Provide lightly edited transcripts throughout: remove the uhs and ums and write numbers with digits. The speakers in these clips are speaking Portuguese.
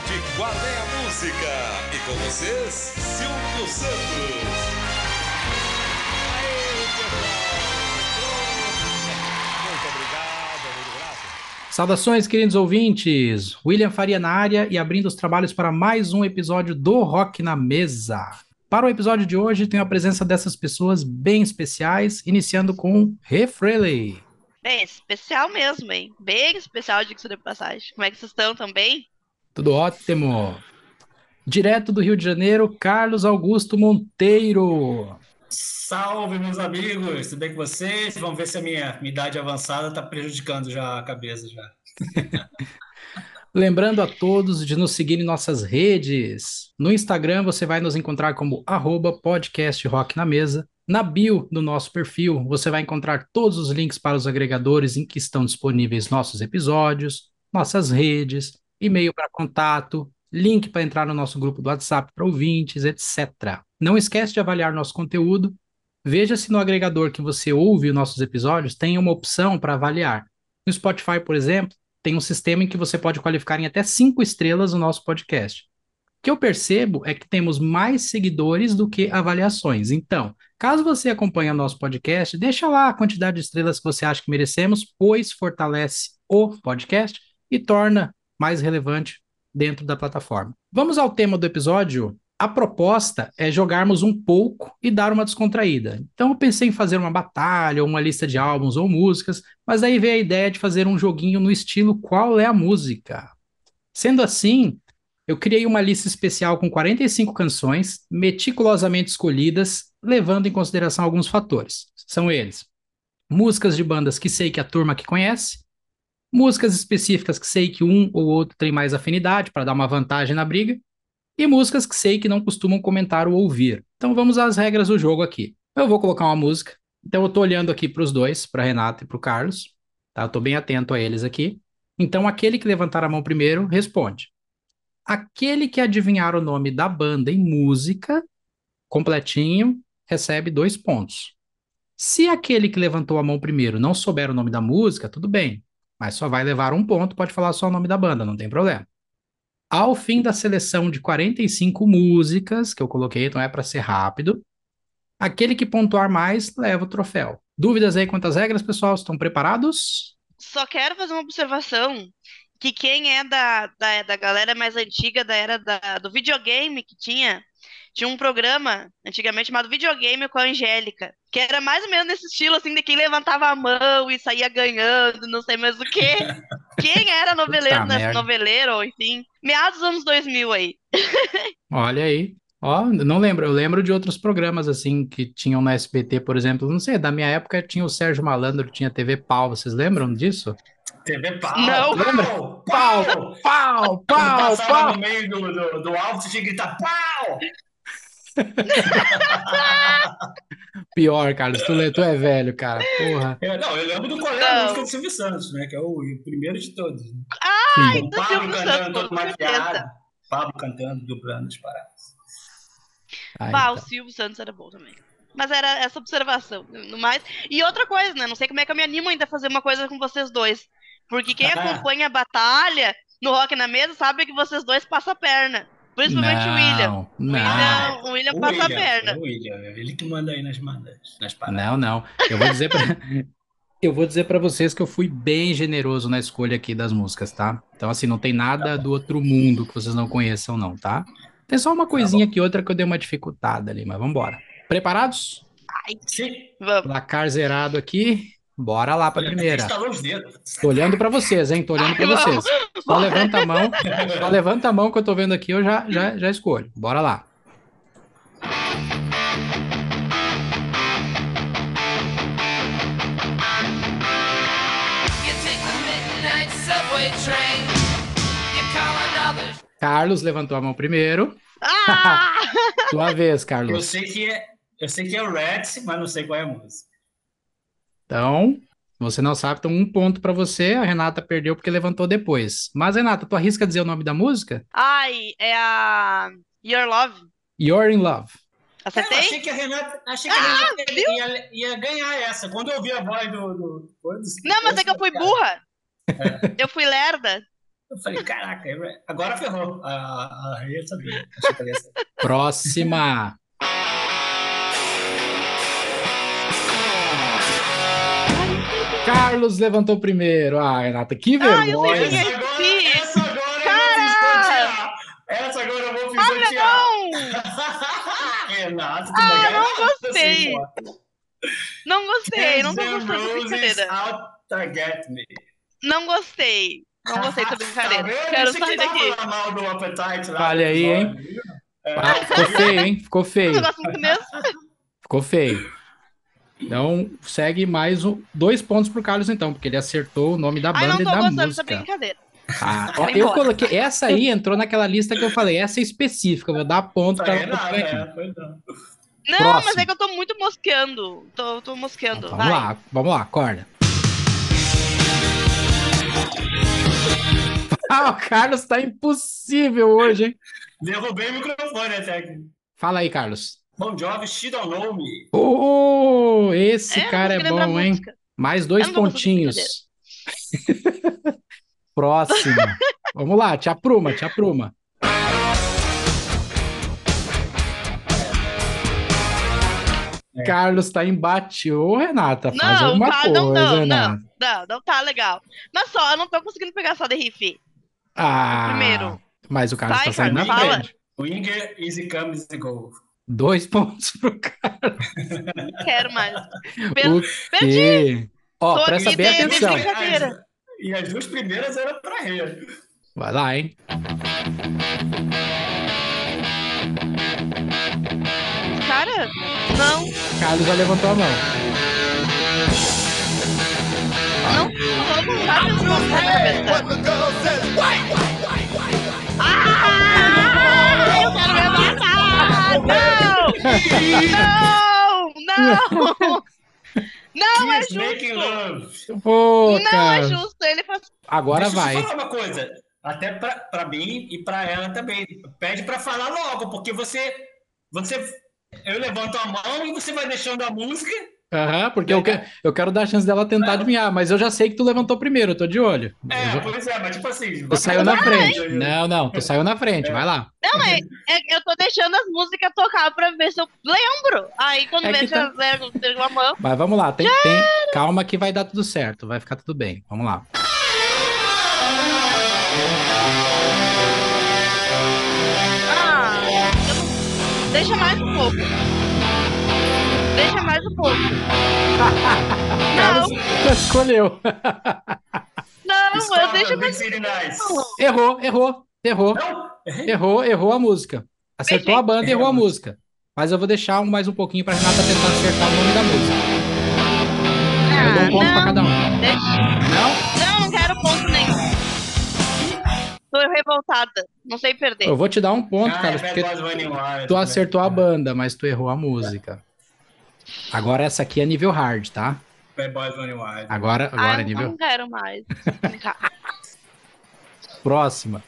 de Guardem a Música. E com vocês, Silvio Santos. Aê, pessoal! Muito obrigado, muito grato. Saudações, queridos ouvintes! William Faria na área e abrindo os trabalhos para mais um episódio do Rock na Mesa. Para o episódio de hoje, tenho a presença dessas pessoas bem especiais, iniciando com Rê Frehley. Bem, especial mesmo, hein? Bem especial, diga-se de passagem. Como é que vocês estão também? Tudo ótimo! Direto do Rio de Janeiro, Carlos Augusto Monteiro. Salve, meus amigos! Tudo bem com vocês? Vamos ver se a minha idade avançada está prejudicando já a cabeça já. Lembrando a todos de nos seguir em nossas redes. No Instagram você vai nos encontrar como @podcastrockinamesa. Na bio do nosso perfil você vai encontrar todos os links para os agregadores em que estão disponíveis nossos episódios, nossas redes, e-mail para contato, link para entrar no nosso grupo do WhatsApp para ouvintes, etc. Não esquece de avaliar nosso conteúdo. Veja se no agregador que você ouve os nossos episódios tem uma opção para avaliar. No Spotify, por exemplo, tem um sistema em que você pode qualificar em até 5 estrelas o nosso podcast. O que eu percebo é que temos mais seguidores do que avaliações. Então, caso você acompanhe o nosso podcast, deixa lá a quantidade de estrelas que você acha que merecemos, pois fortalece o podcast e torna mais relevante dentro da plataforma. Vamos ao tema do episódio. A proposta é jogarmos um pouco e dar uma descontraída. Então eu pensei em fazer uma batalha, ou uma lista de álbuns ou músicas, mas aí veio a ideia de fazer um joguinho no estilo Qual é a Música? Sendo assim, eu criei uma lista especial com 45 canções, meticulosamente escolhidas, levando em consideração alguns fatores. São eles: músicas de bandas que sei que a turma que conhece, músicas específicas que sei que um ou outro tem mais afinidade para dar uma vantagem na briga, e músicas que sei que não costumam comentar ou ouvir. Então vamos às regras do jogo aqui. Eu vou colocar uma música, então eu tô olhando aqui para os dois, para Renata e para o Carlos, tá? Eu tô bem atento a eles aqui. Então aquele que levantar a mão primeiro responde. Aquele que adivinhar o nome da banda em música, completinho, recebe 2 pontos. Se aquele que levantou a mão primeiro não souber o nome da música, tudo bem, mas só vai levar 1 ponto, pode falar só o nome da banda, não tem problema. Ao fim da seleção de 45 músicas que eu coloquei, então é para ser rápido, aquele que pontuar mais leva o troféu. Dúvidas aí quanto às regras, pessoal? Estão preparados? Só quero fazer uma observação que quem é da galera mais antiga, da era do videogame que tinha um programa antigamente chamado Videogame com a Angélica, que era mais ou menos nesse estilo, assim, de quem levantava a mão e saía ganhando, não sei mais o quê. Quem era noveleiro, Puta merda. noveleiro, enfim, meados dos anos 2000 aí. Olha aí. Ó, não lembro, eu lembro de outros programas assim que tinham na SBT, por exemplo. Não sei, da minha época tinha o Sérgio Malandro, tinha TV Pau, vocês lembram disso? TV Não. pau, Lembra? pau, Pau, pau! pau, Quando pau, passava pau. no meio do alvo, você tinha que gritar pau! Pior, Carlos, tu é velho, cara. Porra. Não, eu lembro do Qual é a Música Não. do Silvio Santos, né? Que é o primeiro de todos. Né? Ai, Sim. Com o do Pablo Silvio Santos, cantando todo com certeza. maquiado. Pablo cantando, dublando as paradas. Ah, Bah, o então. Silvio Santos era bom também. Mas era essa observação, no mais. E outra coisa, né? Não sei como é que eu me animo ainda a fazer uma coisa com vocês dois. Porque quem Ah, acompanha a batalha no Rock na Mesa sabe que vocês dois passam a perna. Principalmente o William. Não, O não, William, o William o passa a William, foi perna. o William. Ele que manda aí nas paradas. não. Eu vou dizer pra, eu vou dizer para vocês que eu fui bem generoso na escolha aqui das músicas, tá? Então, assim, não tem Tá nada bom, do outro mundo que vocês não conheçam, não, tá? Tem só uma tá coisinha bom. aqui, outra que eu dei uma dificultada ali, mas vambora. Preparados? Ai, Sim. vamos. Placar zerado aqui. Bora lá pra Olha, até primeira. estalou os dedos. Tô olhando pra vocês, hein? Tô olhando Ai, pra vamos. vocês. Só Bora. levanta a mão. Só levanta a mão que eu tô vendo aqui, eu já escolho. Bora lá. You take the midnight subway train. You call another. Carlos levantou a mão primeiro. Ah! Tua vez, Eu Carlos. sei que é o Reds, mas não sei qual é a música. Então, você não sabe, então 1 ponto pra você. A Renata perdeu porque levantou depois. Mas, Renata, tu arrisca dizer o nome da música? Ai, é a Your Love. You're in Love. Eu Acertei? achei que a Renata ia ganhar essa. Quando eu ouvi a voz do Não, mas é que eu fui burra. Eu fui lerda. Eu falei, caraca, agora ferrou. A Ria sabia. Achei que ela ia saber. Próxima. Carlos levantou primeiro. Ah, Renata, que Ah, eu sei vergonha. quem é Essa esse. agora Cara! Essa agora eu vou Ah, pisotear. não! Renato, tu vai ganhar Não assim, gostei. ó. Não gostei, não tô Guns N' gostando dessa Roses brincadeira. Out to Get Me. Não gostei. Não gostei dessa Tá brincadeira. vendo? Quero Isso que sair dá daqui. falar mal do Appetite lá Olha no aí, hein? episódio, viu? Ah, ficou feio, hein? Ficou Você feio. gosta muito mesmo? Ficou feio. Então, segue mais 2 pontos pro Carlos, então, porque ele acertou o nome da Ai, não banda e tô da gostando dessa música. brincadeira. Ah, ó, Quero ir eu embora. coloquei. Essa aí entrou naquela lista que eu falei. Essa é específica. Eu vou dar ponto Pra pra ela Renata, ganhar. foi não. Não, mas Próximo. é que eu tô muito mosqueando. Tô mosqueando. Vamos Vai. lá, vamos lá, acorda. Ah, o Carlos tá impossível hoje, hein? Derrubei o microfone até aqui. Fala aí, Carlos. Bon Jovi, She Don't Know Me. Oh, esse Não cara é consegui lembrar a bom, hein? música. Mais 2 Eu não tô gostando pontinhos. Próxima. Vamos lá, te apruma, te apruma. Carlos tá embate. Ô, Renata, faz Não, alguma cara, não, coisa, Renata. não tá legal. Mas só, eu não tô conseguindo pegar só de riff. Ah, Primeiro. mas o Carlos Vai, tá saindo na Carlos, fala. frente. Winger, Easy Come, Easy Go. 2 pontos pro Carlos. Não quero mais. O Perdi. quê? Ó, Tô presta aqui bem dentro de atenção. brincadeira. E as 2 primeiras eram pra Ria. Vai lá, hein? Cara, não, Carlos já levantou a mão. não sabe os nomes na cabeça. Ah, eu quero me matar! Não! Não é Kiss Making justo! Love. Pô, Não é Carlos. justo! Ele faz. Agora Deixa eu vai. te falar uma coisa. Até pra mim e pra ela também. Pede pra falar logo, porque você... Eu levanto a mão e você vai deixando a música. Aham, porque eu quero dar a chance dela tentar adivinhar, mas eu já sei que tu levantou primeiro, eu tô de olho. Pois é, mas tipo assim... Tu vai saiu falar na frente. aí. Não, tu saiu na frente, vai lá. Não, eu tô deixando as músicas tocar pra ver se eu lembro. Aí quando É vê que que eu lembro a mão. Mas vamos lá, calma que vai dar tudo certo, vai ficar tudo bem. Vamos lá. Deixa mais um pouco. Deixa mais um pouco. Carlos já escolheu. Não, eu Stop deixo Big mais City Nights. Errou. Errou a música. Acertou a banda e errou a música. Mas eu vou deixar mais um pouquinho pra Renata tentar acertar o nome da música. Eu dou um ponto pra cada um. Deixa. Não quero ponto nenhum. Tô revoltada. Não sei perder. Eu vou te dar um ponto, Carlos, Bad porque Boys Running Wild. tu acertou a banda, mas tu errou a música. Agora essa aqui é nível hard, tá? Bad Boys Running Wild. Agora é eu nível... não quero mais. Próxima.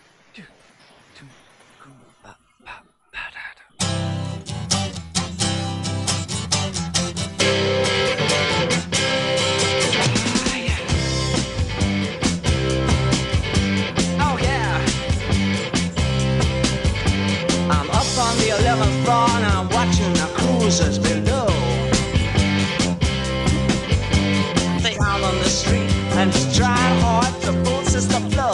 Oh yeah. I'm up on the 11th floor and I'm watching the cruisers below. Down on the street and just trying hard to process the flow.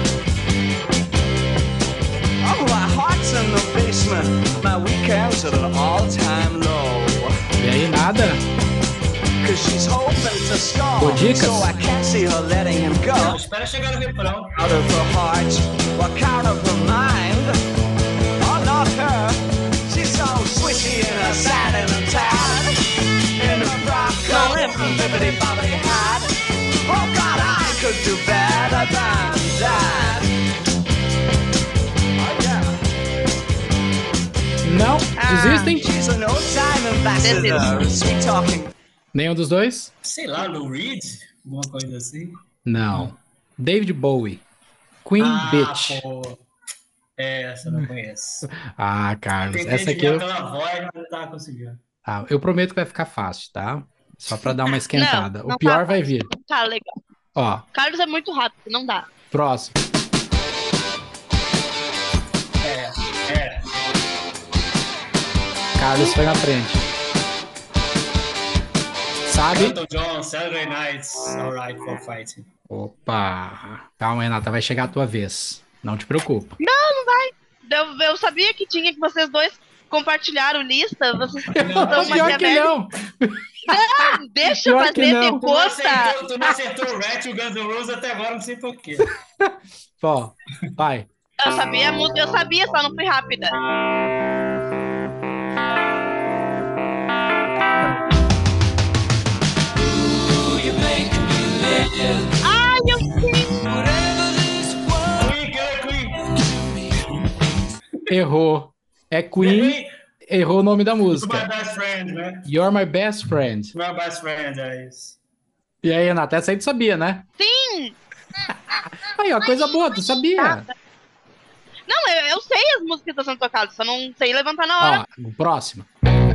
Oh, my heart's in the basement. My weekend's at an all-time low. E aí, nada? Cause she's hoping to score. Ô, dicas? So I can't see her letting him go. Não, espera chegar no refrão. Out of her heart, what out of her mind? Oh, not her. She's so swishy in her satin and tan. In her frock coat and bibbity bobbity hat. Oh God, I could do better than that. Oh yeah. Não? Desistem? She's an old-time ambassador. Sweet talking. Nenhum dos dois? Sei lá, Lou Reed? Alguma coisa assim. Não. David Bowie. Queen Bitch. Pô. Essa eu não conheço. Ah, Carlos, Tentei essa aqui adivinhar pela voz, mas não tava conseguindo. eu prometo que vai ficar fácil, tá? Só pra dar uma esquentada. Não O pior tá vai vir. Tá legal. Ó, Carlos é muito rápido, não dá. próximo. É. Carlos foi na frente. Sabe? Elton John, Saturday Nights, Alright for Fighting. Opa! Calma, Renata, vai chegar a tua vez. Não te preocupa. Eu sabia que tinha que vocês dois compartilharam lista. Vocês Pior são que Maquiavélicos. não. Deixa eu Pior que fazer não. de conta. Tu não acertou o Rat e o Guns N' Roses até agora, não sei porquê. Ó, vai. Eu sabia a música, eu sabia, só não fui rápida. Ai, eu sei. Queen. Errou. É Queen, errou o nome da My música. best friend, né? You're my best friend. My best friend, é isso. E aí, Renata, essa aí tu sabia, né? Sim. Aí, ó, coisa boa, tu sabia. Não, eu sei as músicas que estão sendo tocadas, só não sei levantar na hora. Ó, o próximo.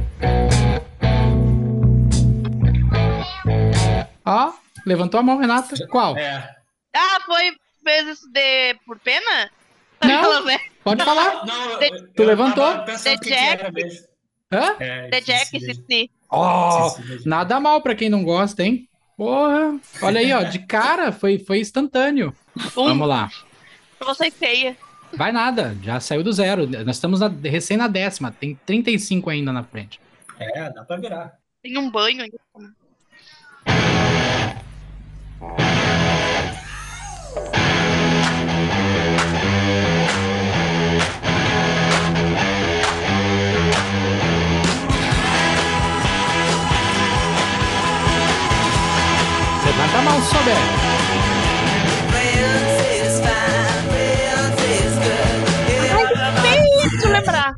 Ó, levantou a mão, Renata. Qual? É. Ah, fez isso por pena? Não. Fala, né? Pode falar. Não, Tu eu levantou? tava pensando The que Jack. era mesmo. Hã? The Jack e Sissi. Ó, Sim, sim. nada mal pra quem não gosta, hein? Porra. Olha aí, ó, de cara foi instantâneo. Vamos lá. Você feia. Vai nada, já saiu do zero. Nós estamos recém na 10ª, tem 35 ainda na frente. É, dá pra virar. Tem um banho ainda. Levanta a mão se souber. Ai, que difícil lembrar.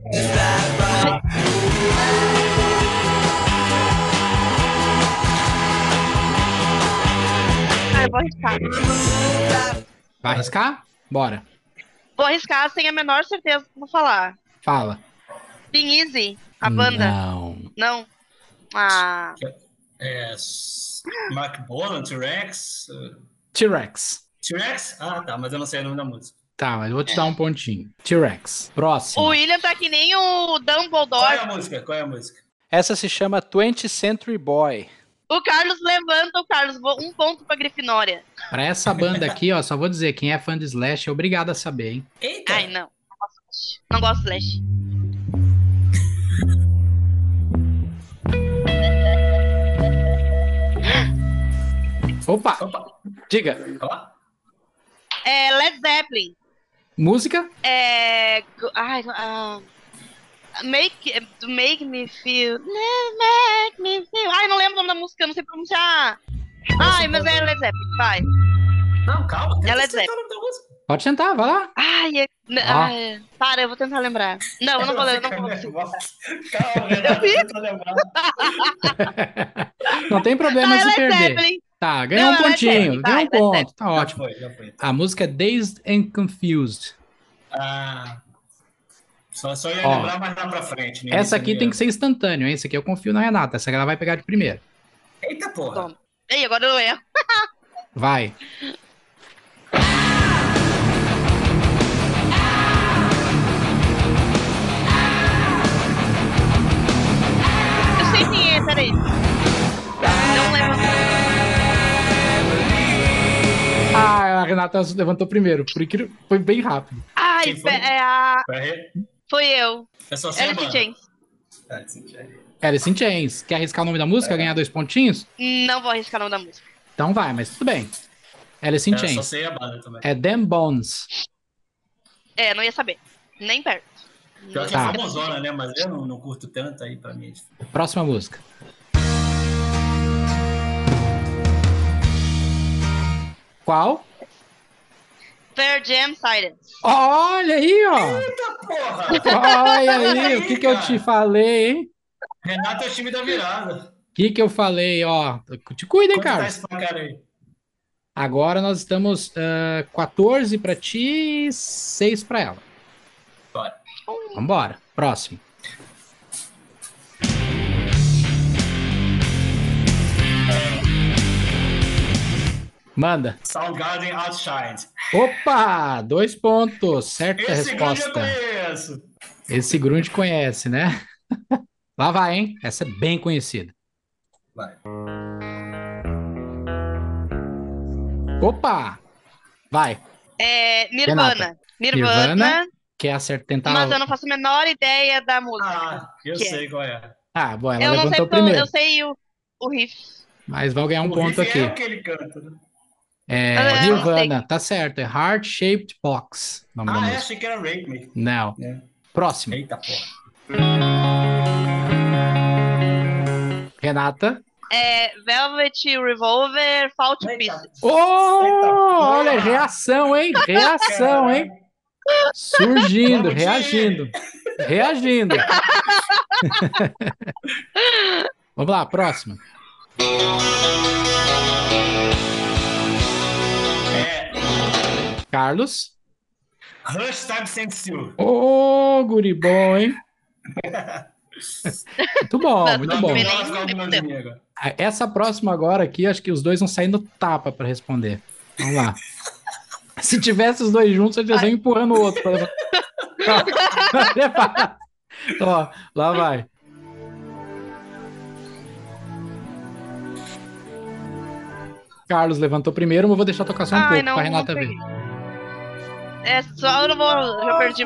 Eu vou arriscar. Vai arriscar? Bora. Vou arriscar sem a menor certeza que vou falar. Fala. Being Easy, a banda. Não. Não. Ah. É, Mark Bolan, T-Rex. T-Rex. T-Rex? Ah, tá, mas eu não sei o nome da música. Tá, mas eu vou te dar um pontinho. T-Rex. Próximo. O William tá que nem o Qual é Dumbledore. a música? Qual é a música? Essa se chama 20th Century Boy. O Carlos levanta, o Carlos. Um ponto pra Grifinória. Pra essa banda aqui, ó, só vou dizer, quem é fã de Slash é obrigado a saber, hein? Eita! Ai, não. Não gosto de Slash. Opa, Opa! diga. Ó. É Led Zeppelin. Música? É. Ai, make me feel. Make me feel. Ai, não lembro o nome da música, não sei pronunciar. Ai, mas é Led Zeppelin, vai. Não, calma. É tenta Led acertar o nome da música. Pode tentar, vai lá. Ai, ai, para, eu vou tentar lembrar. Não, eu não vou lembrar. Não vou conseguir. Calma, Renato, tenta lembrar. Não tem problema Ah, é se Led perder. Zeppelin. Tá, ganhou Não, um é Led pontinho, Zeppelin, ganhou um vai, Led ponto, tá ótimo. Já foi. A música é Dazed and Confused. Ah, só ia Ó, lembrar mais lá pra frente. né? Essa aqui tem que ser instantâneo, hein? Essa aqui eu confio na Renata, essa aqui ela vai pegar de primeiro. Eita porra. Toma. Ei, agora eu erro. Vai. Eu sei quem é, peraí. Não lembro. Ah, a Renata levantou primeiro, porque foi bem rápido. Ai, Quem foi? foi eu. É só ser Alice in Chains. Alice in Chains. Quer arriscar o nome da música, ganhar 2 pontinhos? Não vou arriscar o nome da música. Então vai, mas tudo bem. Alice in Eu só Chains. sei a banda também. É Them Bones. É, não ia saber. Nem perto. Pior que Tá. é famosona, né? Mas eu não curto tanto aí pra mim. Próxima música. Qual? Pearl Jam Silence. Olha aí, ó. Eita porra! Olha aí, o que que eu te falei, hein? Renato é o time da virada. O que que eu falei, ó. Te cuida, hein, Quanto tá Carlos. esse placar aí? Agora nós estamos 14 pra ti e 6 pra ela. Bora. Vambora. Próximo. Manda. Soundgarden Outshined. Opa! 2 pontos. Certa Esse grande eu resposta. conheço. Esse grunge conhece, né? Lá vai, hein? Essa é bem conhecida. Vai. Opa! Vai. Nirvana. Nirvana. Quer tentar... Mas eu não faço a menor ideia da música. Ah, eu Que é. sei qual é. Ah, bom, ela Eu não sei levantou porque primeiro. eu sei o riff. Mas vão ganhar um O ponto riff é o aqui. que ele canta, né? Eu não Nirvana, tá certo. É Heart Shaped Box. O nome da música. Achei que era Rape Me. Não. É. Próximo. Eita porra. Renata. Velvet Revolver, Fall to Eita. Pieces. Oh, olha, reação, hein? Reação, hein? Surgindo, Vamos, reagindo. Reagindo. Vamos lá, próximo. Carlos. Rush Time Sense You. Ô, guri bom, hein? Muito bom, Não, muito não, bom. também Nossa, nem- qual é o nome dele agora? Essa próxima agora aqui, acho que os dois vão sair no tapa para responder. Vamos lá. Se tivesse os dois juntos, eles iam empurrando o outro. Pra levar. Ó, lá vai. Carlos levantou primeiro, mas eu vou deixar tocar só um pouco não, pra Renata não ver. peguei. Só eu não vou. Já perdi.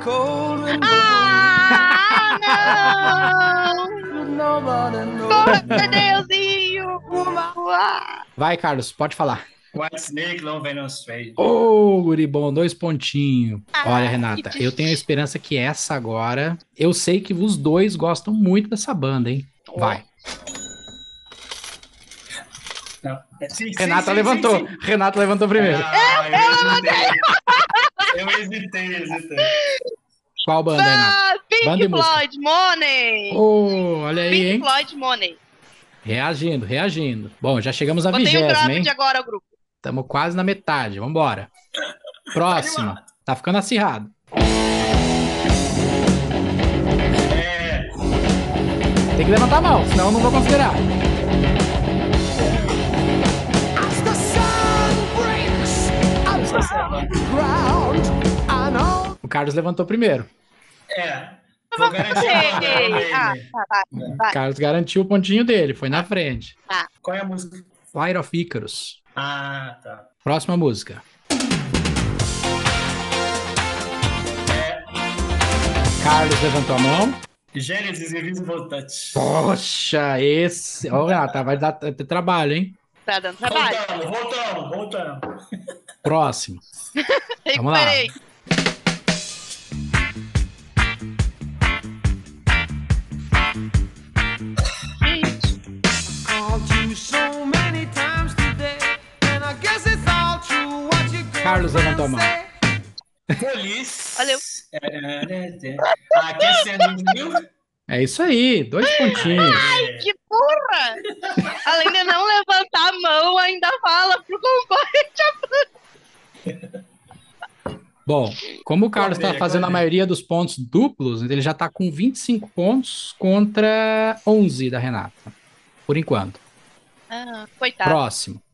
Não! Meu Deusinho! Vai, Carlos, pode falar. White Snake, Long Venom Stray. Ô, guri bom, 2 pontinhos. Olha, que Renata, triste. eu tenho a esperança que essa agora... Eu sei que os dois gostam muito dessa banda, hein? Vai. Não. Sim, Renata levantou. sim. Renata levantou primeiro. Eu hesitei. Qual banda, Renata? Pink Banda e música. Floyd, Money! Ô, olha aí, Pink hein? Floyd, Money. Reagindo, reagindo. Bom, já chegamos à Botei um 20ª, cropped hein? agora o grupo. Estamos quase na metade. Vambora. Próxima. Tá ficando acirrado. Tem que levantar a mão, senão eu não vou considerar. As the sun breaks above the ground, I know. O Carlos levantou primeiro. Vou garantir a banda também, Tá, né? vai. O Carlos garantiu o pontinho dele, foi na frente. Qual é a música? Flight of Icarus. Ah, tá. Próxima música. Carlos levantou a mão. Genesis Invisible Touch. Poxa, esse... Ó, Renata, vai dar ter trabalho, hein? Tá dando trabalho. Voltamos. Próximo. Vamos lá. Recuperei. Called you so many times today, and I guess it's all true what you Carlos levantou a mão. Police. Valeu. Quer ser do É isso aí, 2 pontinhos. Que porra! Além de não levantar a mão, ainda fala pro concorrente. Bom, como o Carlos está Correia, fazendo a correia. maioria dos pontos duplos, ele já está com 25 pontos contra 11 da Renata. Por enquanto. Coitado. Próximo.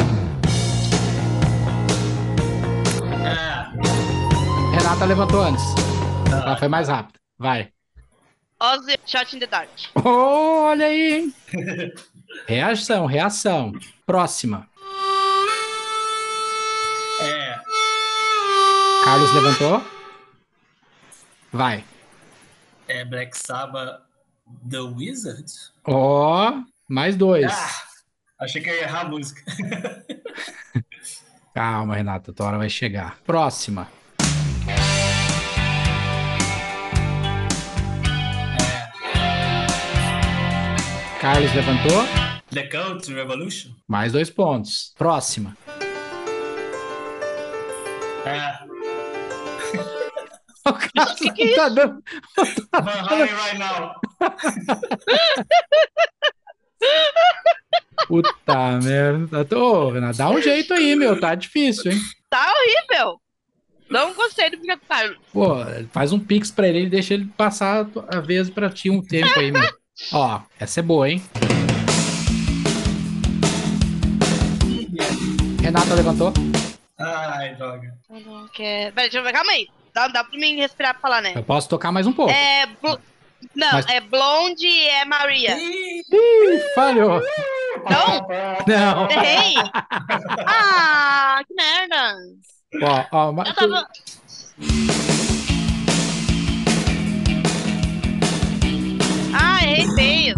Renata levantou antes. Ela foi mais rápida. Vai. Ozzy, Shot in the Dark. Olha aí, hein? Reação. Próxima. Carlos levantou. Vai. Black Sabbath, The Wizard? Ó, mais 2. Achei que eu ia errar a música. Calma, Renata, tua hora vai chegar. Próxima. Carlos levantou. The Cult Revolution? Mais 2 pontos. Próxima. O Carlos não tá dando. Van Halen Right Now. Puta merda. Ô, Renata, dá um jeito aí, meu. Tá difícil, hein? Tá horrível. Não gostei do Pink Floyd. Pô, faz um pix pra ele e deixa ele passar a vez pra ti um tempo aí, meu. Ó, essa é boa, hein? Renata levantou. Ai, droga. Eu não quero. Peraí, deixa eu ver. Calma aí. dá pra mim respirar pra falar, né? Eu posso tocar mais um pouco. Não, Mas- é Blonde e é Maria. Ih, falhou. Não? Não. Errei? Ah, que merda. Ó, mas Eu tava... Ah, errei feio.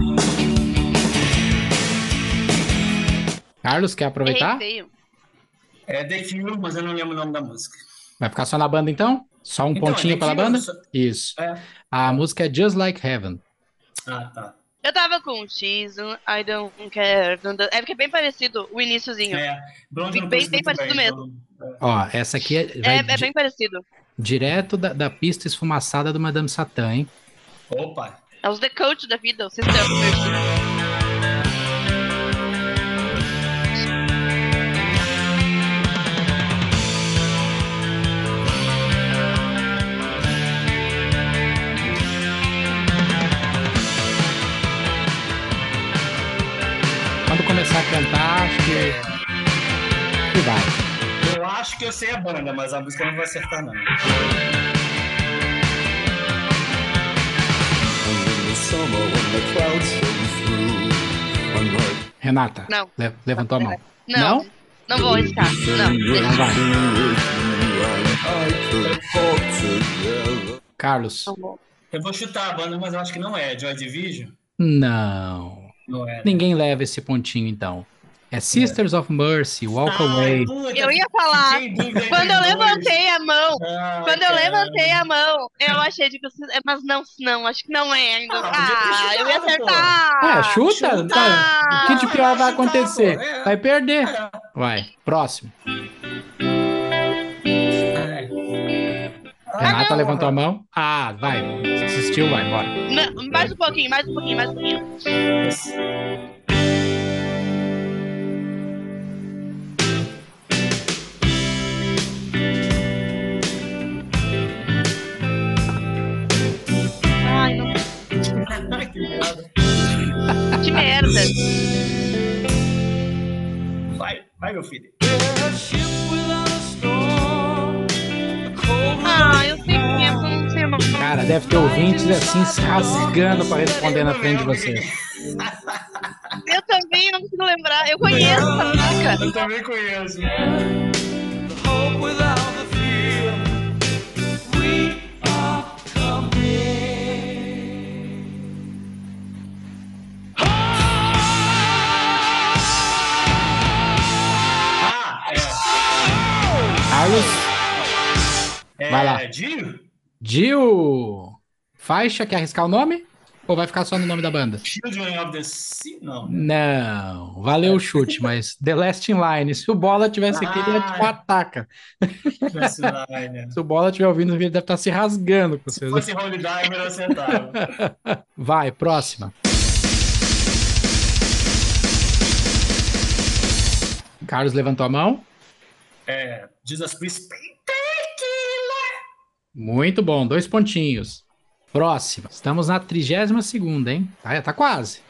Carlos, quer aproveitar? Errei feio. É The Cure, mas eu não lembro o nome da música. Vai ficar só na banda, então? Só um Então, pontinho é pela The Cure, banda? só- Isso. É. A música é Just Like Heaven. Ah, tá. Eu tava com X, I don't care. É porque é bem parecido o iniciozinho. É. Blonde eu não Bem conheço muito parecido bem, mesmo. então- Ó, essa aqui vai É bem parecido. direto da pista esfumaçada do Madame Satã, hein? Opa. É os The Coach da vida, o Sister of Mercy. Quando começar a cantar, acho que vai. Eu acho que eu sei a banda, mas a música eu não vou acertar, não. Renata, Não. levantou a mão. Não, não vou arriscar. Não, Então deixa. vai. Carlos, Não vou. Eu vou chutar a banda, mas eu acho que não é. Joy Division? não. Não é. né? Ninguém leva esse pontinho, então. É Sisters of Mercy, Walk Away. puta, Eu ia falar, fiquei em dúvida entre Quando eu os dois. levantei a mão, Ah, quando eu cara. levantei a mão, eu achei tipo, mas não, acho que não é ainda. Ah, podia ter Eu ia chutado, pô. acertar. Chuta. chuta. Tá. O que de pior vai acontecer? Chutar, pô, é. Vai perder. É. Vai, próximo. É. Renata não. levantou a mão. Ah, vai. Desistiu, vai, bora. Não, mais um pouquinho. Ai, não. Que merda. Que merda. Vai, meu filho. Eu sei que é, eu não sei o nome. Cara, deve ter ouvintes assim se rasgando pra responder na frente de você. Eu também não consigo lembrar. Eu conheço essa música. Eu também conheço. Carlos, vai lá. Dio? Gil. Faixa, quer arriscar o nome? Ou vai ficar só no nome da banda? Children of the Sea? Não. Não, valeu o chute, mas The Last in Line. Se o Bola tivesse aqui, ele te ataca. Esse lá, né? Se o Bola estiver ouvindo, ele deve estar se rasgando com Se vocês. fosse Holy Diver, eu acertava. Vai, próxima. Carlos levantou a mão. Jesus Priest. Muito bom, 2 pontinhos. Próxima. Estamos na 32ª, hein? Tá quase.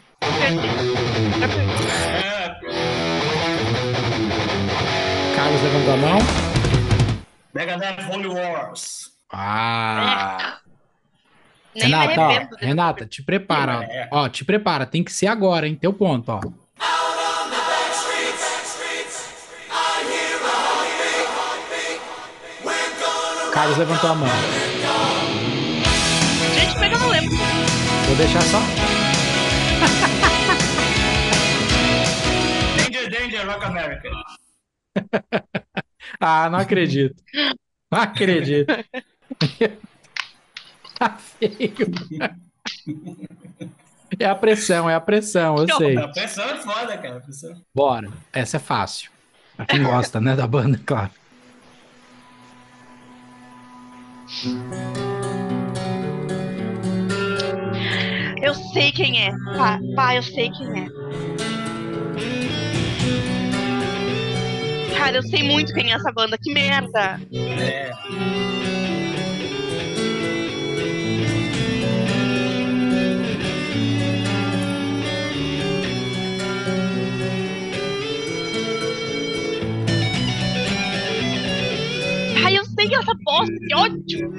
Carlos levantou a mão. Megadeth Holy Wars. Ah! Nem me Renata, ó, arrependo. Renata, te prepara. Ó, te prepara. Tem que ser agora, hein? Teu ponto, ó. Carlos levantou a mão. Gente, como é que eu não lembro? Vou deixar só. Danger, Rock America. Ah, não acredito. Não acredito. Tá feio. É a pressão, eu sei. A pressão é foda, cara. Pressão. Bora. Essa é fácil. Pra quem gosta, né, da banda, claro. Eu sei quem é. Pá, eu sei quem é. Cara, eu sei muito quem é essa banda. Que merda. É. Eu sei odeio essa bosta, que ódio.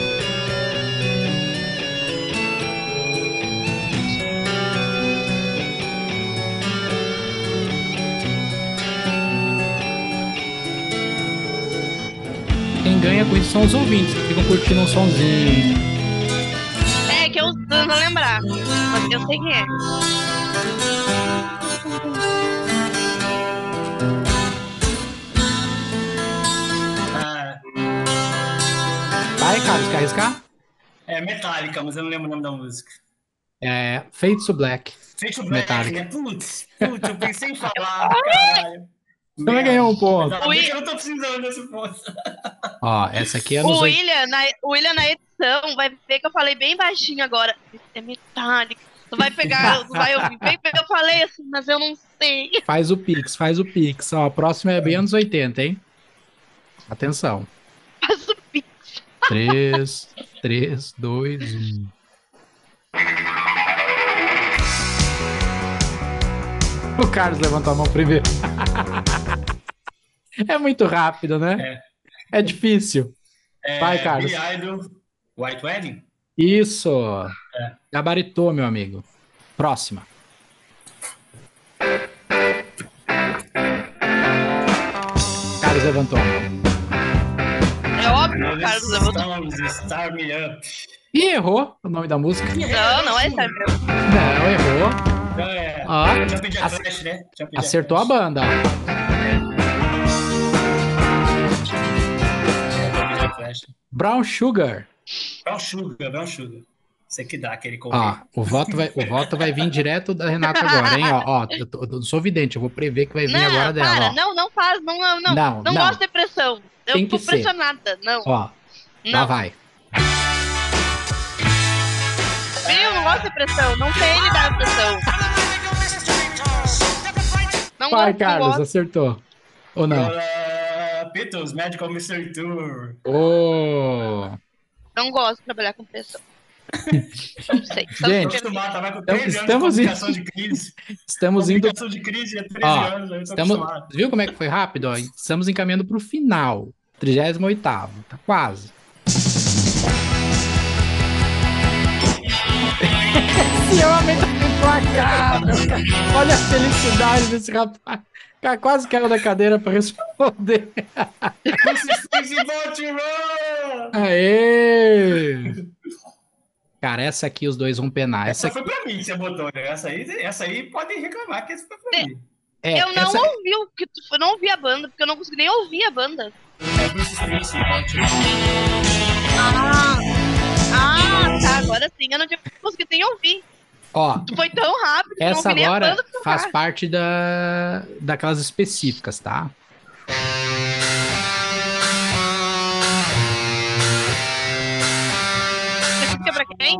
Quem ganha com isso são os ouvintes, que ficam curtindo um sonzinho. É que eu não vou lembrar, mas eu sei quem é. Ah, Vai, Carlos, quer arriscar? é Metallica, mas eu não lembro o nome da música. É Fade to Black. Fade to Black, Metallica. né? Putz, eu pensei em falar, caralho. Você vai ganhar um ponto. Ainda bem que eu não tô precisando desse ponto. Ó, essa aqui é O nos William na edição vai ver que eu falei bem baixinho agora. É Metallica. Tu vai pegar, tu vai ouvir. Eu falei assim, mas eu não sei. Faz o Pix. Ó, a próxima é bem anos 80, hein? Atenção. Faz o pix. 3, 2, 1. O Carlos levantou a mão primeiro. É muito rápido, né? É difícil. Vai, Carlos. Billy Idol, White Wedding? Isso. É. Gabaritou, meu amigo. Próxima. Carlos levantou a mão. É óbvio que o Carlos levantou. Stones, Start Me Up. E errou o nome da música. Não é sério mesmo. Não, errou. Então é. Ó, Jumpin' Jack Flash, né? Jumpin' Jack acertou a Flash. banda, ó. Jumpin' Jack Flash. Brown Sugar. Brown Sugar. Você que dá aquele cover. Ó, o voto vai vir direto da Renata agora, hein? Ó, eu não sou vidente, eu vou prever que vai vir agora dela, para, ó. não faz, não Não. gosto de pressão. Eu Tem tô que ser. pressionada, não. Ó, lá Não. vai. Viu? Não gosto de pressão, não tem ele dar pressão. Não Vai, gosto, Carlos, não gosto. acertou. Ou não? Beatles, Magical Mystery Tour. Ô, Não gosto de trabalhar com pressão. Não sei. Só Gente, se- Acostumado, tava com Então, 13 anos de estamos comunicação de crise. estamos indo. Comunicação de crise há 13 Ó, anos, eu tô acostumado. viu como é que foi rápido? Ó, estamos encaminhando para o final. 38º. Tá quase. Esse homem tá implacável, cara. Olha a felicidade desse rapaz. Cara, quase caiu da cadeira para responder. Consistência em Baltimore! Aê! Cara, essa aqui os dois vão penar. Essa Essa foi pra mim que você botou, né? Essa aí podem reclamar que essa foi pra mim. é, Eu não essa- ouvi o que eu não ouvi a banda, porque eu não consegui nem ouvir a banda. É Bruce Springsteen, Baltimore. Tá, agora sim, eu não tinha conseguido nem ouvir. Ó, Tu foi tão rápido que eu não essa ouvi nem a agora banda tocar. faz parte daquelas específicas, tá? Específica pra quem?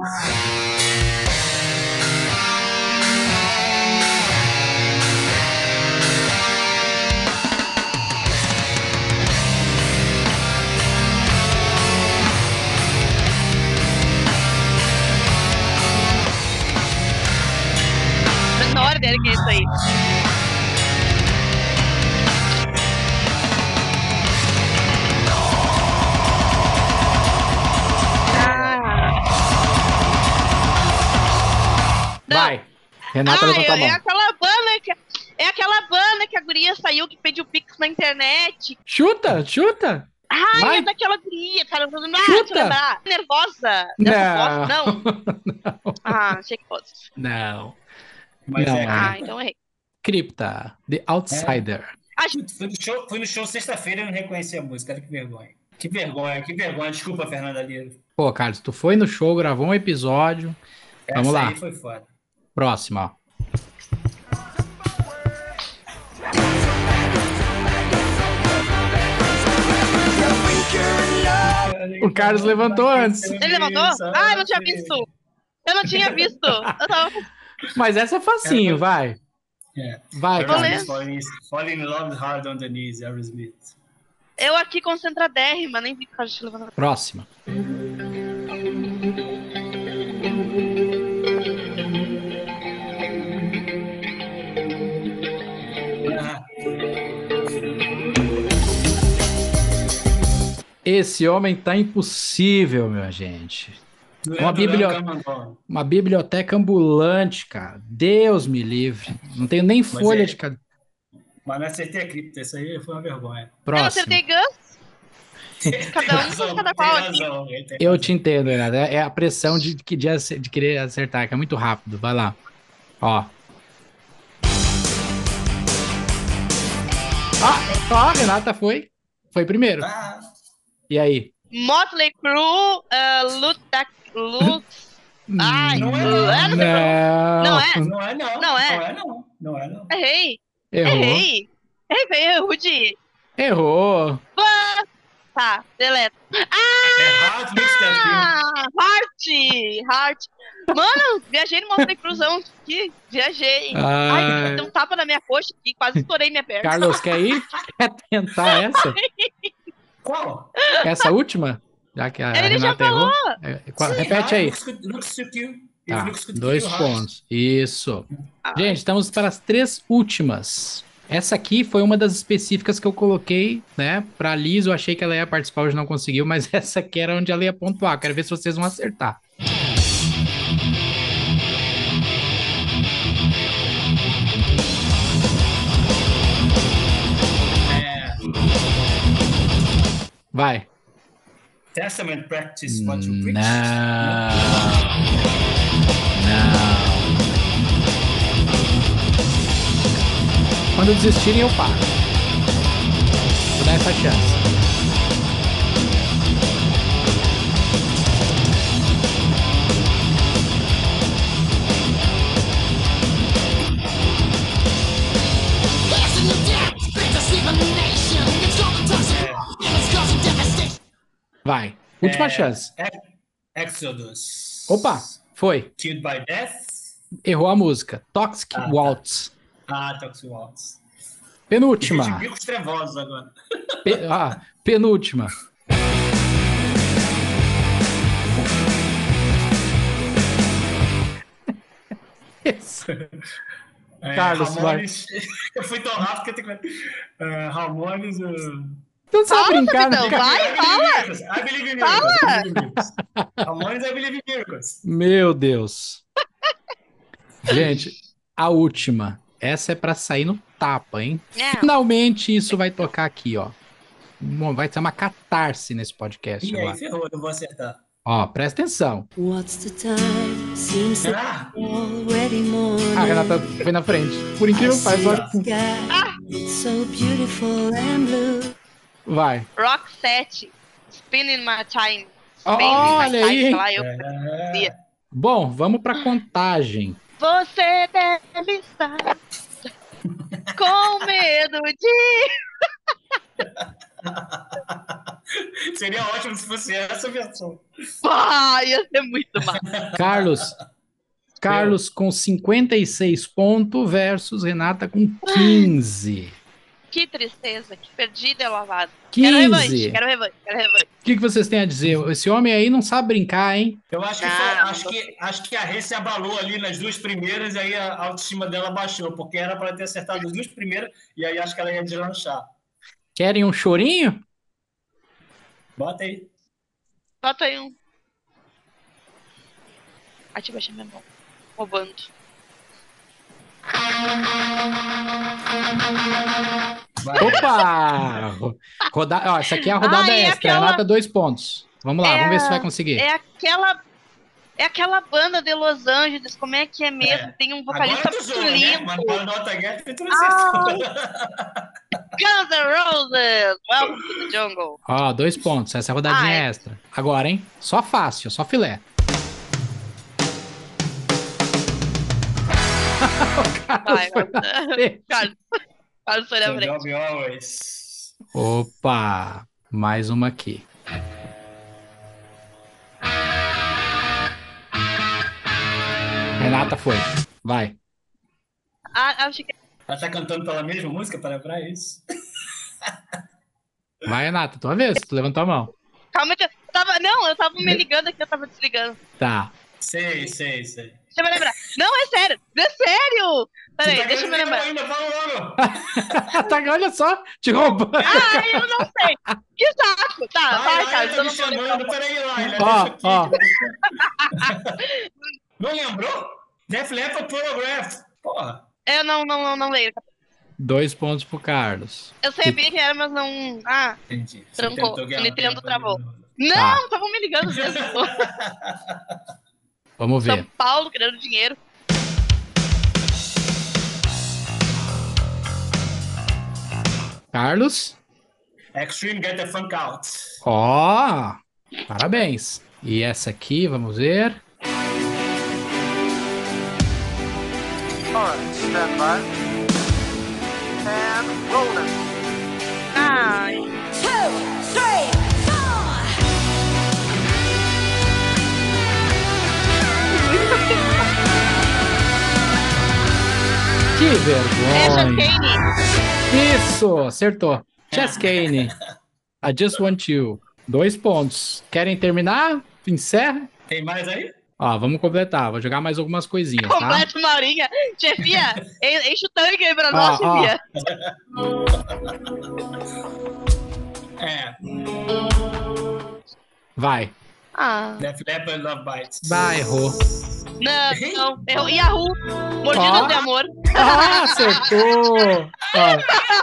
Menor dele que é isso aí. Não. Vai! Renata levantou a é mão. aquela banda que a guria saiu que pediu pix na internet. Chuta! Ai, Vai. é daquela guria, cara. Deixa eu Chuta. lembrar. Nervosa. Não. Não. Ah, achei que fosse. Não. Mas Não, é, Ah, então errei. Cripta, The Outsider. fui no show sexta-feira e não reconheci a música. Olha que vergonha. Que vergonha. Desculpa, Fernanda Lira. Pô, Carlos, tu foi no show, gravou um episódio. Vamos Essa lá. aí foi foda. Próxima, ó. O Carlos levantou antes. Ele levantou? Ah, eu não tinha visto. Eu não tinha visto. Eu tava... Mas essa é facinho, vai. É. Vai, Vou Carlos. ler. Falling in Love Hard on the Knees, Aerosmith. Eu aqui concentradérrima, nem vi que o Carlos tinha levantado. Próxima. Ah, Esse homem tá impossível, minha gente. Uma biblioteca ambulante, cara. Deus me livre. Não tenho nem folha de cada. Mas não acertei a cripta, isso aí foi uma vergonha. Eu Próximo. acertei Gus. Cada um com cada qual aqui. Eu te entendo, Renato. É a pressão de querer acertar, que é muito rápido. Vai lá. Ó. A Renata foi primeiro. Ah, E aí? Motley Crue, Ai, Não é, não é? não é não. Não é? Não é não. Não é não. Errei. Errou. Errei, Rudy. Errou. Tá, deleta. É Hard Mix That Heart. Mano, viajei no Motley Cruzão aqui. Viajei. Ai, deu um tapa na minha coxa aqui, quase estourei minha perna. Carlos, quer ir? Quer tentar essa? Qual? Essa última? Já que a Ele já Renata errou. falou. Repete aí. Looks to kill. Tá, Looks to kill 2 hard. pontos. Isso. Gente, estamos para as 3 últimas. Essa aqui foi uma das específicas que eu coloquei, né? Pra Liz, eu achei que ela ia participar, hoje não conseguiu, mas essa aqui era onde ela ia pontuar. Quero ver se vocês vão acertar. Vai. Testament practice what you preach. Não. Quando desistirem, eu paro. Vou dar essa chance. Vai. Última chance. Exodus. Opa, foi. Killed by Death. Errou a música. Toxic Waltz. Toxic Waltz. Penúltima. De bicos trevosos agora. Penúltima. Isso. Carlos, Ramones. Eu fui tão rápido que eu tenho que... Ramones... Não sabe brincar, Capitão, né? vai, fala! I believe in miracles. Ramones, I believe in miracles. Meu Deus. Gente, a última. Essa é pra sair no tapa, hein? É. Finalmente isso vai tocar aqui, ó. Bom, vai ter uma catarse nesse podcast E agora. aí, ferrou, não vou acertar. Ó, presta atenção. What's the time? Seems like already morning. A Renata foi na frente. Por incrível que pareça, olha. It's so beautiful and blue. Vai. Rock 7. Spinning my time. Olha aí. Sei lá, eu fazia. Bom, vamos pra contagem. Você deve estar com medo de... Seria ótimo se fosse essa versão. Ia ser muito massa. Carlos com 56 pontos versus Renata com 15. Que tristeza, que perdida é lavado. 15. Quero revanche. O que vocês têm a dizer? Esse homem aí não sabe brincar, hein? Eu acho que, acho que a Rê se abalou ali nas duas primeiras e aí a autoestima dela baixou, porque era para ter acertado as duas primeiras e aí acho que ela ia deslanchar. Querem um chorinho? Bota aí. Bota aí um. Ativa a minha mão. Roubando. Vai. Opa! Ó, essa aqui é a rodada extra. Renata, 2 pontos. Vamos lá, vamos ver se vai conseguir. É aquela banda de Los Angeles, como é que é mesmo? Tem um vocalista muito lindo. Mas para Nota Guerra, tu não acertou. Guns N' Roses! Welcome to the jungle. Ó, 2 pontos. Essa é a rodadinha extra. Agora, hein? Só fácil, só filé. Vai, Carlos foi na frente. Opa! Mais uma aqui. Renata foi. Vai. Acho que... Ela tá cantando pela mesma música para lembrar isso? Vai, Renata, tua vez. Tu levantou a mão. Calma que eu tava me ligando aqui, eu tava desligando. Tá. Sei. Deixa eu me lembrar. Não, é sério. É sério. Peraí, Tá deixa eu me ganhando lembrar. ainda, fala logo. Tá, olha só, te roubando. Ah, eu não sei. Que saco. Tá, vai, Laila Carlos. tá Eu me não vou lembrar. chamando. Peraí, Laila, Ó, deixa ó. aqui. Não lembrou? Def Leppard Photograph. Porra. Eu não lembro. 2 pontos pro Carlos. Eu sabia que era, mas não. Ah, Entendi. Você trancou. tentou O ganhar Nintendo tempo travou. aí. Não, estavam me ligando mesmo. Vamos São ver. Paulo querendo dinheiro. Carlos? Extreme Get the Funk Out. Ó, parabéns. E essa aqui, vamos ver. Alright, stand by. And rolling. Ai. 2, 3, 4. Que É vergonha. Chascane. Isso, acertou. Chascane. I just want you. 2 pontos. Querem terminar? Encerra? Tem mais aí? Ó, vamos completar. Vou jogar mais algumas coisinhas, tá? Completo Maurinha. Chefia, enche o tanque aí pra Ó, nós, ó. chefia. É. Vai. Ah. Def Leppard Love Bites. Vai, errou. Não. Errou. Yahoo. Mordidas Ó. de amor. Ah, acertou. Ó,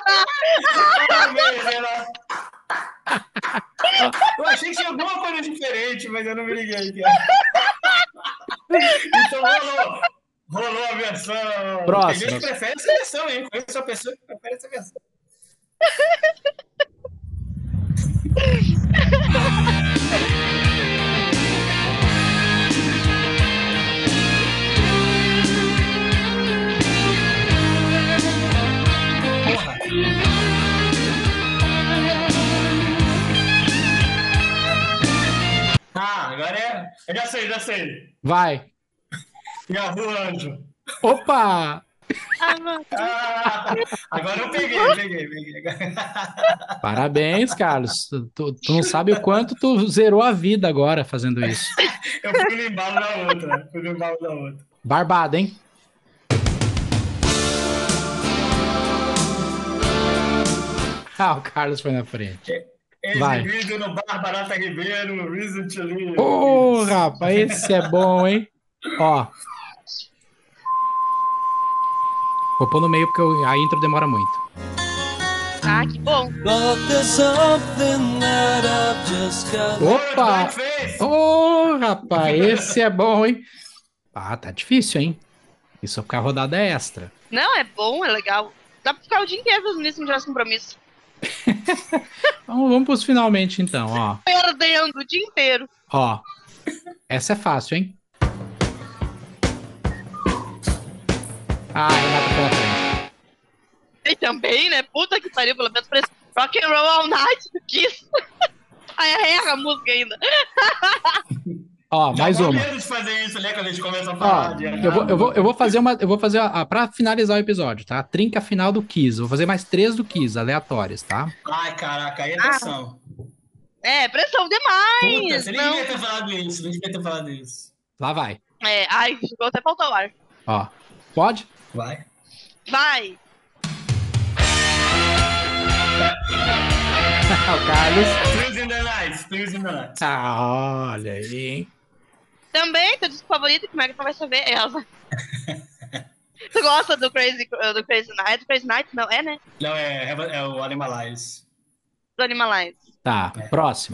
Eu achei que tinha alguma coisa diferente, mas eu não me liguei. Então rolou a versão. Próxima. Tem gente que prefere essa versão, hein? Conheço uma pessoa que prefere essa versão. Porra. Ah, agora é. Eu já sei. vai. Yahoo Anjo. Opa! Ah, mano. Ah, agora eu peguei. Parabéns, Carlos. Tu não sabe o quanto tu zerou a vida agora fazendo isso. Eu fui no embalo da outra. Barbada, hein? Ah, o Carlos foi na frente. Vai. Exibido no Bar Barata Ribeiro, recently. Ô, rapaz, esse é bom, hein? Ó. Vou pôr no meio porque a intro demora muito. Ah, que bom. Opa! Fez. Ô, rapaz, esse é bom, hein? Ah, tá difícil, hein? Isso porque a rodada é extra. Não, é bom, é legal. Dá pra ficar o dia inteiro fazendo isso, não tivesse compromisso. Vamos pros finalmente, então, ó. Perdendo o dia inteiro. Ó. Essa é fácil, hein? Ah, Renata pela frente. E também, né? Puta que pariu, pelo menos pra esse Rock and Roll All Night do Kiss. Aí erra a música ainda. Ó, mais Dá uma. medo de fazer isso, né? Quando a gente começa a falar. Ó, eu vou fazer pra finalizar o episódio, tá? Trinca final do Kiss. Vou fazer mais 3 do Kiss, aleatórias, tá? Ai, caraca, aí é pressão. É, pressão demais. Puta, você nem não. devia ter falado isso. Lá vai. É, ai, chegou até faltar o ar. Ó. Pode? Vai. Vai. O Carlos. Please in the Night. Ah, olha aí, hein? Também, teu disco favorito, como é que tu vai saber, Elsa? Tu gosta do Crazy Night? Do Crazy Night? Não, é, né? Não, é o Animalize. Do Animalize. Tá, próximo.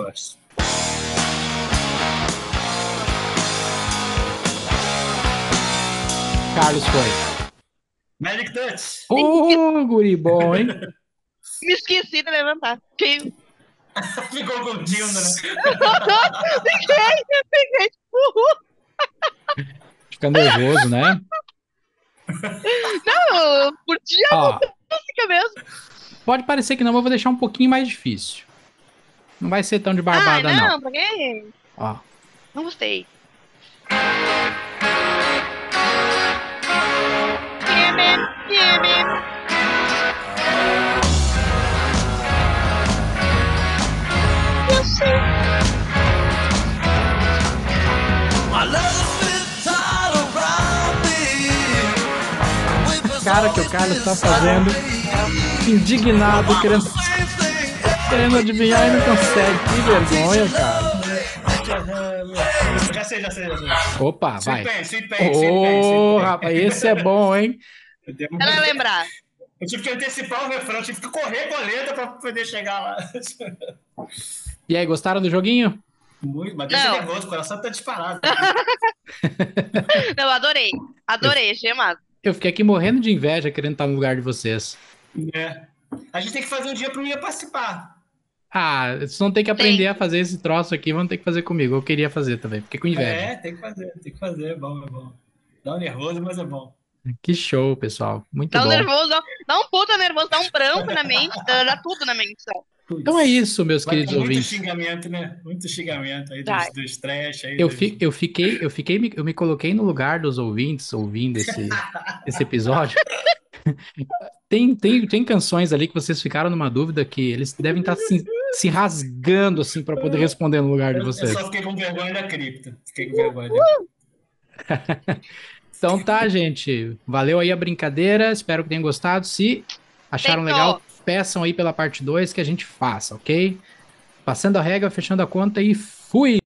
Carlos foi. Magic Touch. Ô, guri bom, hein? Me esqueci de levantar. Fiquei. Ficou curtindo, né? Fiquei. Fica nervoso, né? Não, eu curti a Ó, música mesmo. pode parecer que não, mas eu vou deixar um pouquinho mais difícil. Não vai ser tão de barbada, Ai, não. não, pra quê? Ó. Não gostei. Eu sei. My love is cara que o Carlos tá fazendo, indignado, querendo adivinhar e não consegue. Que vergonha, cara. Já sei. Opa, vai. Sweet Ô, Pain. rapaz, esse é bom, hein? Ela vai lembrar. Eu tive que antecipar o refrão, tive que correr com a letra pra poder chegar lá. E aí, gostaram do joguinho? Muito, mas deixa Não. nervoso, o coração tá disparado. Não, adorei. Achei massa. Eu fiquei aqui morrendo de inveja querendo estar no lugar de vocês. É. A gente tem que fazer um dia pro Ia participar. Ah, vocês vão ter que aprender a fazer esse troço aqui, vão ter que fazer comigo. Eu queria fazer também, fiquei com inveja. É, tem que fazer, é bom. Dá um nervoso, mas é bom. Que show, pessoal. Muito Dá um bom. nervoso, dá um puta nervoso, dá um branco na mente, dá tudo na mente só. Então é isso, meus Vai queridos ter muito ouvintes. xingamento, né? Muito xingamento aí Vai. dos trash aí. Eu me coloquei no lugar dos ouvintes ouvindo esse episódio. Tem canções ali que vocês ficaram numa dúvida que eles devem estar se rasgando assim para poder responder no lugar de Eu vocês. só fiquei com vergonha da cripta. Fiquei com vergonha da Então tá, gente. Valeu aí a brincadeira. Espero que tenham gostado. Se acharam Feito. legal, peçam aí pela parte 2 que a gente faça, ok? Passando a regra, fechando a conta e fui!